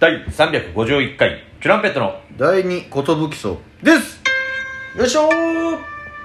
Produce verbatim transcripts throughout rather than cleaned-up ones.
だいさんびゃくごじゅういっかいチュランペットの第二寿荘です。よいしょー。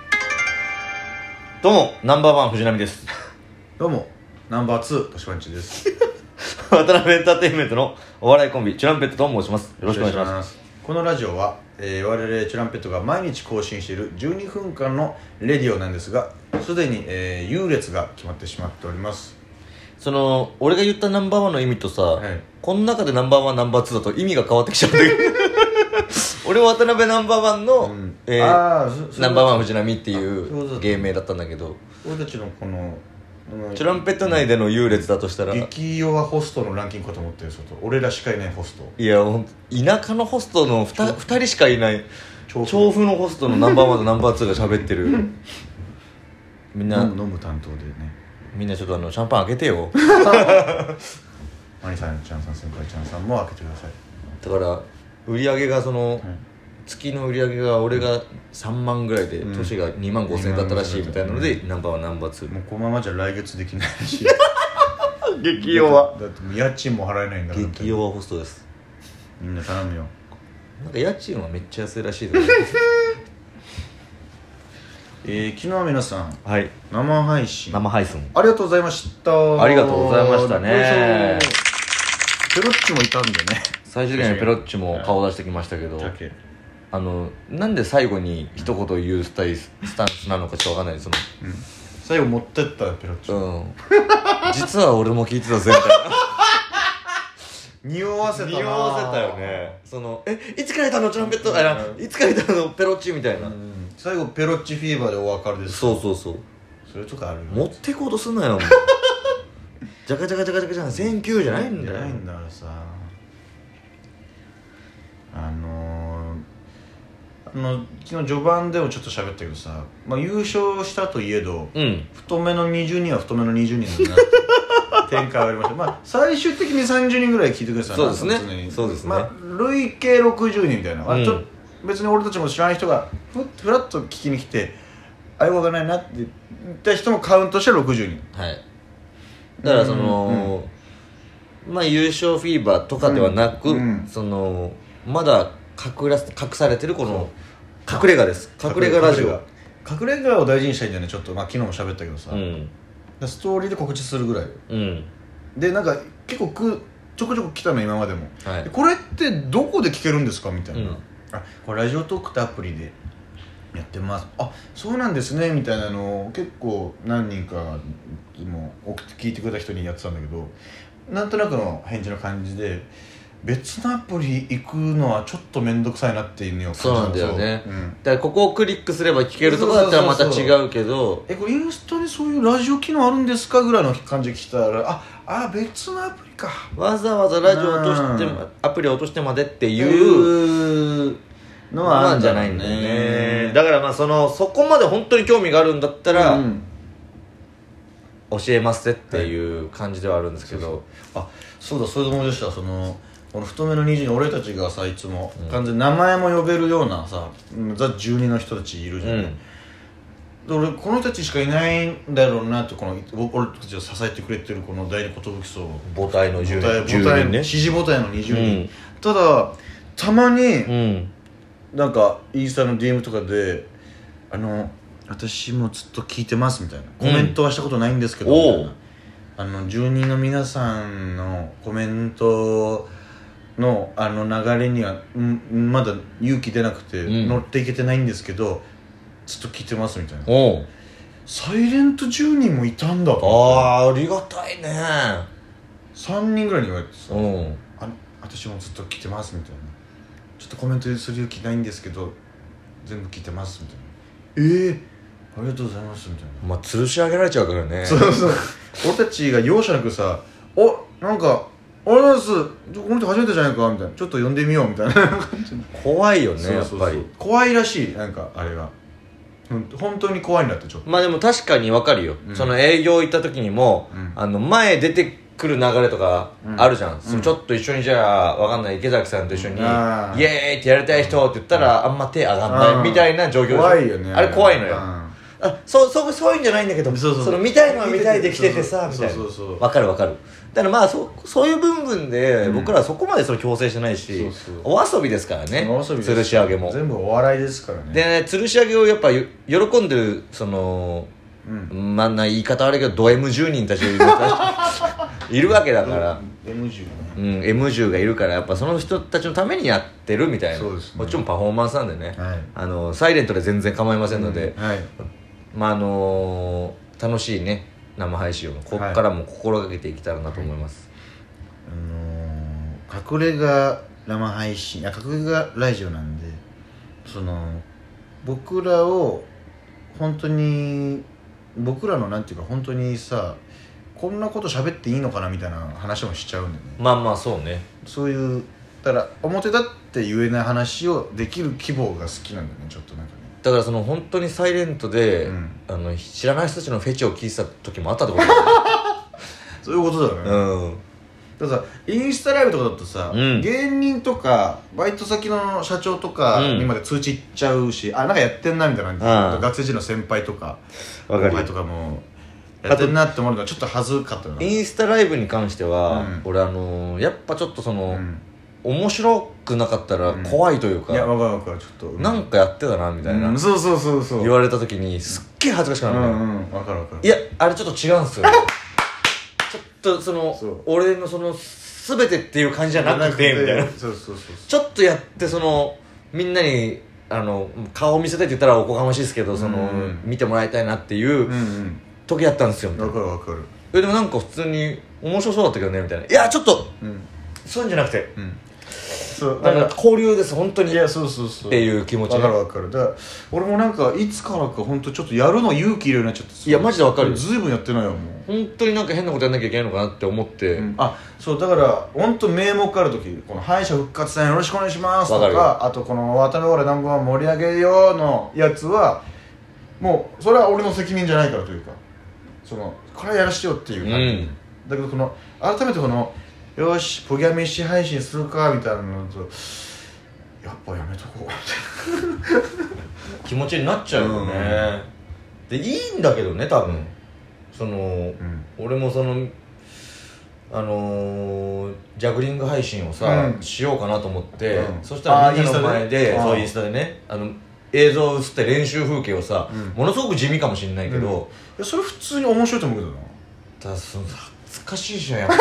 どうもナンバーワン藤波です。 どうもナンバーツーとしばんちです。 渡辺エンターテインメントのお笑いコンビチュランペットと申します。よろしくお願いします。 このラジオは、えー、我々チュランペットが毎日更新しているじゅうにふんかんのレディオなんですが、すでに、えー、優劣が決まってしまっております。 その俺が言ったナンバーワンの意味とさ、はい、この中でナンバーワンナンバーツーだと意味が変わってきちゃうんだけど俺は渡辺ナンバーワンの、うんえー、ナンバーワン藤波っていう芸名だったんだけど、 俺たちのこのチュランペット内での優劣だとしたら激弱ホストのランキングかと思ってる。俺らしかいないホスト。 いや田舎のホストの 2, 2人しかいない調布のホストのナンバーワンとナンバーツーが喋ってるみんな飲む、飲む担当でね。 みんなちょっとあのシャンパン開けてよマリさんちゃんさん先輩ちゃんさんも開けてください。 だから売り上げがその、はい月の売り上げが俺がさんまんぐらいで、うん、年がにまんごせんえんだったらしいみたいなので、うん、ナンバーワンナンバーツー。 もうこのままじゃ来月できないらしい激弱だってもう家賃も払えないんだから。 激弱ホストです。 みんな頼むよ。 なんか家賃はめっちゃ安いらしいえー、昨日は皆さん、 はい、 生配信生配信ありがとうございました。 ありがとうございましたね。 ペロッチもいたんでね。 最終的にはペロッチも顔出してきましたけど、あのなんで最後に一言言うスタイル、スタンスなのかちょっと分かんないです。その、 うん、最後持ってったよペロッチ、うん、 実は俺も聞いてたぜみたいな匂わせたな。 匂わせたよね。そのえいつからいたのチュランペット、あいつからいたのペロッチみたいな、うん、 最後ペロッチフィーバーでお別れです。 そうそうそう。 それとかあるよ。 持ってこうとすんなよジャカジャカジャカジャカじゃんセンキューじゃないんだよ。 じゃないんだからさ、あのーあの昨日序盤でもちょっと喋ったけどさ、まあ、優勝したといえど、うん、太めのにじゅうにんは太めのにじゅうにんなんだな展開はありました。まあ最終的にさんじゅうにんぐらい聞いてくれてた。 そうですね。そうですね。 まあ累計ろくじゅうにんみたいな、うん、あちょ別に俺たちも知らない人がふふらっと聞きに来てあよくがないなって言った人もカウントしてろくじゅうにん。 はい。だからその、うん、まあ優勝フィーバーとかではなく、うん、そのまだ隠ら隠されてるこの隠れ家です。隠れ家ラジオ。 隠れ家を大事にしたいんだよね。ちょっとまあ昨日も喋ったけどさ、うん、ストーリーで告知するぐらい、うん、でなんか結構くちょこちょこ来たの今までも、はい、これってどこで聞けるんですかみたいな、うん、あこれラジオトークってアプリでやってます。あそうなんですねみたいなのを結構何人かも送って聞いてくれた人にやってたんだけど、なんとなくの返事の感じで別のアプリ行くのはちょっと面倒くさいなっていうのを感じた。 そうなんだよね、うん、だからここをクリックすれば聞けるとかだったらまた違うけど、 えこれインスタにそういうラジオ機能あるんですかぐらいの感じで来たらああ別のアプリか、 わざわざラジオ落として、うん、アプリ落としてまでっていうのはあるんじゃないんだよね。だからまあそのそこまで本当に興味があるんだったら、うん、教えますっていう感じではあるんですけど、はい、そうそうあそうだそれで思い出した。そのこの太めのにじゅうにん俺たちがさいつも、うん、完全に名前も呼べるようなさザじゅうにの人たちいるじゃん、うん、で俺この人たちしかいないんだろうなって、この俺たちを支えてくれてるこの第二寿荘母体のじゅうにん母体ね支持母体のにじゅうにん、うん、ただたまに、うん、なんかインスタの ディーエム とかであの私もずっと聞いてますみたいなコメントはしたことないんですけど、うん、みたいなあの住人の皆さんのコメントのあの流れにはんまだ勇気出なくて、うん、乗っていけてないんですけどずっと聞いてますみたいな。おサイレントじゅうにんもいたんだと思って。 あーありがたいね。 さんにんぐらいに言われてさ、あ私もずっと聞いてますみたいな、ちょっとコメントする勇気ないんですけど全部聞いてますみたいな。ええー、ありがとうございますみたいな。 まあ吊るし上げられちゃうからね。 そうそう俺たちが容赦なくさおなんかあれなんですこの人初めてじゃないかみたいな、ちょっと呼んでみようみたいな感じ。 怖いよね。そうそうそうやっぱり怖いらしい。なんかあれが本当に怖いんだってちょっと。 まあでも確かに分かるよ、うん、その営業行った時にも、うん、あの前出てくる流れとかあるじゃん、うん、そのちょっと一緒にじゃあ分かんない池崎さんと一緒に、うん、イエーイってやりたい人って言ったら、うん、あんま手上がんないみたいな状況で、 怖いよねあれ怖いのよ、 あそうそうそういうんじゃないんだけど、そうそうその見たいのは見たいで来ててさみたいな、そうそうそう分かる分かる。だからまあ そ, そういう部分で僕らはそこまでそれ強制してないし、うん、そうそうお遊びですからね。お遊びです。吊るし上げも全部お笑いですからね。 でね、吊るし上げをやっぱ喜んでるその、うん、まあな言い方悪いけどド エムじゅう 人たちがいるわけだから、 うん、エムじゅううん、エムじゅう がいるからやっぱその人たちのためにやってるみたいな。そうですね、もちろんパフォーマンスなんでね、はい、あのサイレントで全然構いませんので、うんはい、まああのー、楽しいね生配信をここからも心がけていけたらなと思います、 はい、あのー、隠れ家生配信、いや隠れ家ラジオなんで、その僕らを本当に僕らのなんていうか本当にさこんなこと喋っていいのかなみたいな話もしちゃうんだよね。 まあまあそうね、 そういうだから表だって言えない話をできる規模が好きなんだよね、ちょっとなんかね。 だからその本当にサイレントで、うん、あの知らない人たちのフェチを聞いてた時もあったってことだよねそういうことだよね。うんだからさインスタライブとかだとさ、うん、芸人とかバイト先の社長とかにまで通知いっちゃうし、うん、あなんかやってんなみたいな感じで、学生時の先輩とか後輩とかもやってんなって思うのがちょっと恥ずかったな。 インスタライブに関しては、うん、俺あのー、やっぱちょっとその、うん、面白くなかったら怖いというか、うん、いや分かる分かるちょっと、うん、 なんかやってたなみたいな、 うん、そうそうそうそう言われた時にすっげえ恥ずかしくなるのよ、 うんうん、分かる分かる。 いやあれちょっと違うんすよちょっとその俺のその全てっていう感じじゃなくてみたいな、そうそうそうちょっとやってそのみんなにあの顔を見せたいって言ったらおこがましいですけど、その、うん、見てもらいたいなっていう時やったんですよみたいな。 分かる分かる。 えでもなんか普通に面白そうだったけどねみたいな、いやちょっと、うん、そういうんじゃなくて、うん、そうだから交流です本当に、いやそうそうそうっていう気持ち、ね、 分かる分かる。だから俺もなんかいつからか本当ちょっとやるの勇気いるようになっちゃって、 いやマジで分かるよ。 ずいぶんやってないよもう本当になんか変なことやんなきゃいけないのかなって思って、うん、 あそうだから本当名目ある時この敗者復活戦よろしくお願いしますとか、あとこの渡辺俺ナンバーワン盛り上げようのやつはもうそれは俺の責任じゃないからというか、そのこれやらしてよっていう感じ、うん、だけどこの改めてこのよしポギャ飯配信するかみたいなのとやっぱやめとこうみたいな気持ちになっちゃうよね、うん、でいいんだけどね多分その、うん、俺もそのあのー、ジャグリング配信をさ、うん、しようかなと思って、うん、そしたらみんなの前でそうインスタでねあの映像を映って練習風景をさ、うん、ものすごく地味かもしれないけど、うん、いやそれ普通に面白いと思うけどな。 ただその恥ずかしいじゃんやっぱ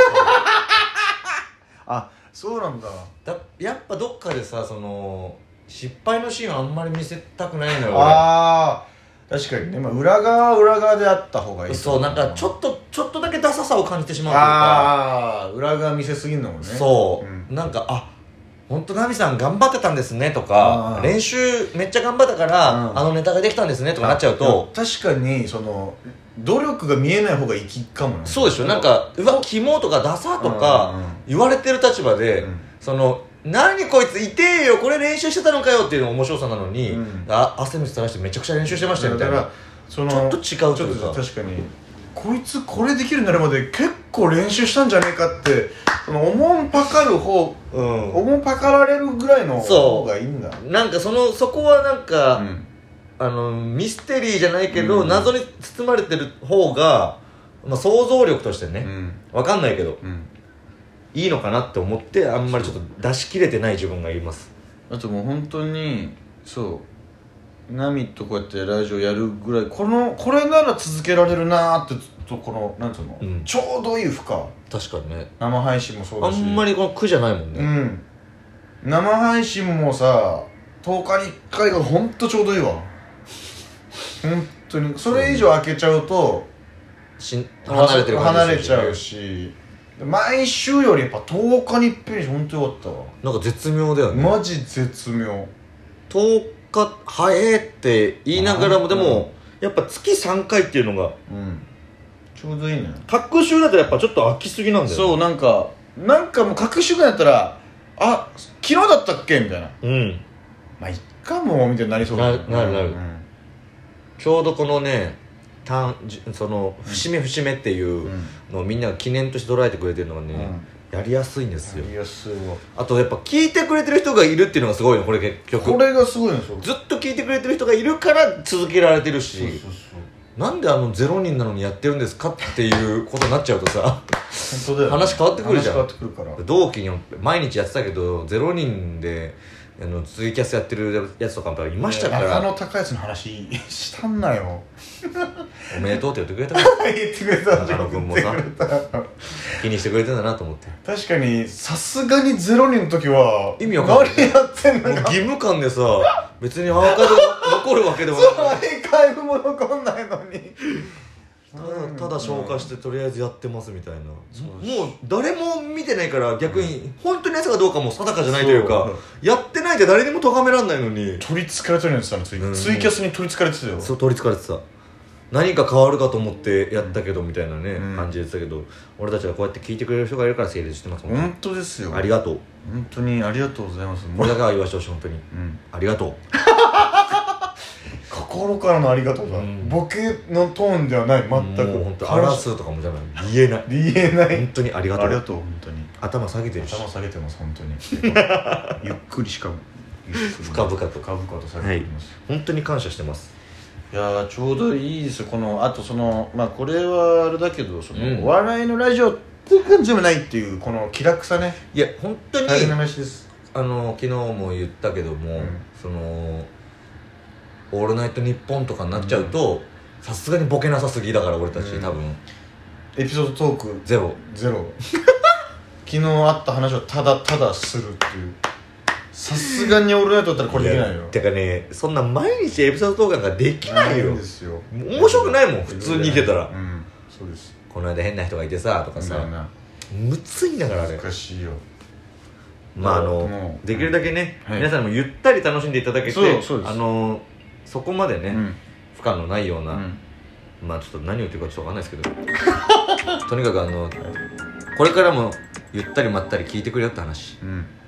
あそうなんだ。 だやっぱどっかでさその失敗のシーンはあんまり見せたくないのよああ確かにね、まあ、裏側は裏側であった方がいい。 そうなんかちょっとちょっとだけダサさを感じてしまうというか、 ああ裏側見せすぎんのもね。 そう、うん、なんかあ本当ナミさん頑張ってたんですねとか練習めっちゃ頑張ったから、うん、あのネタができたんですねとかなっちゃうと確かにその努力が見えない方がいいかもね。 そうでしょ。なんかうわキモとかダサとか言われてる立場で、うん、その何こいついてえよこれ練習してたのかよっていうのが面白さなのに、うん、あ汗水垂らしてめちゃくちゃ練習してましたよみたいなそのちょっと違うというか確かにこいつこれできるようになるまで結構練習したんじゃねえかってその思んぱかる方、うん、思んぱかられるぐらいの方がいいんだ。 なんかそのそこはなんか、うん、あのミステリーじゃないけど、うん、謎に包まれてる方が、まあ、想像力としてね、うん、分かんないけど、うん、いいのかなって思ってあんまりちょっと出し切れてない自分がいます。 あともう本当にそうナミとこうやってラジオやるぐらいこのこれなら続けられるなーってずっとこのなんていうの、うん、ちょうどいい負荷。 確かにね生配信もそうだしあんまりこの苦じゃないもんね。 うん生配信もさとおかにいっかいがほんとちょうどいいわ本当にそれ以上開けちゃうとし離れてる感じ離れちゃうし毎週よりやっぱとおかにいっぺんにしてほんとよかったわ。 なんか絶妙だよねマジ絶妙。 とおか早えって言いながらもでもやっぱ月さんかいっていうのが、うん、 ちょうどいいね。 隔週だとやっぱちょっと空きすぎなんだよね。 そうなんかなんかもう隔週ぐらいだったらあ昨日だったっけみたいなうんまあいっかもみたいになりそうだね。 なるなる、うん、ちょうどこのねたんその節目節目っていうのをみんなが記念として捉えてくれてるのがね、うん、やりやすいんですよ。 やりやすいわ。 あとやっぱ聞いてくれてる人がいるっていうのがすごいのこれ結局。 これがすごいんですよ。 ずっと聞いてくれてる人がいるから続けられてるし。そうそうそうなんであのゼロにんなのにやってるんですかっていうことになっちゃうとさ本当だよ、ね、 話変わってくるじゃん。 話変わってくるから。 同期に毎日やってたけどゼロにんであのツイキャスやってるやつとかもいましたから、 中野高安の話したんなよおめでとうって言ってくれたから言ってくれた。 中野君もさ気にしてくれてんだなと思って。 確かにさすがにゼロにんの時は意味わかんない。 何やってんのか義務感でさ別にアーカイブ残るわけでもないアーカイブも残んないのにただただ消化してとりあえずやってますみたいな、もう誰も見てないから逆に本当にやつかどうかも定かじゃないというか、やってないで誰にも咎めらんないのに取りつかれてるんですよ、ツイ、うん、ツイキャスに取りつかれてたよ。 そう取りつかれてた。何か変わるかと思ってやったけどみたいなね、うん、感じでしたけど、俺たちはこうやって聞いてくれる人がいるから成立してますもんね。 本当ですよ、 ありがとう。 本当にありがとうございます。 これだけは言わしてほしい本当に、うん、ありがとう心からのありがとうだ、うん、ボケのトーンではない、全くもう本当アラスとかもじゃない、言えない言えない本当にありがとう。 ありがとう本当に。 頭下げてるし。 頭下げてます本当にゆっくりしか深々と深々と下げてます、 はい、本当に感謝してます。 いやちょうどいいですよ。このあとそのまあこれはあれだけどその、うん、お笑いのラジオっていう感じでもないっていうこの気楽さね。 いや本当に大変な話です。 あの昨日も言ったけども、うん、そのオールナイトニッポンとかになっちゃうとさすがにボケなさすぎだから俺たち、うん、多分エピソードトークゼロゼロ昨日あった話をただただするっていう。さすがにオールナイトだったらこれできないよ。 てかね、そんな毎日エピソード動画ができないよ。 ないんですよ。 面白くないもん普通にいてたら、 うん、そうです。 この間変な人がいてさとかさ、むついんだからあれ。 難しいよ。 まああのできるだけね、はい、皆さんもゆったり楽しんでいただけて、そうそうです。あのそこまでね、うん、負荷のないような、うん、まあちょっと何を言ってるかちょっとわかんないですけどとにかくあのこれからもゆったりまったり聞いてくれよって話、うん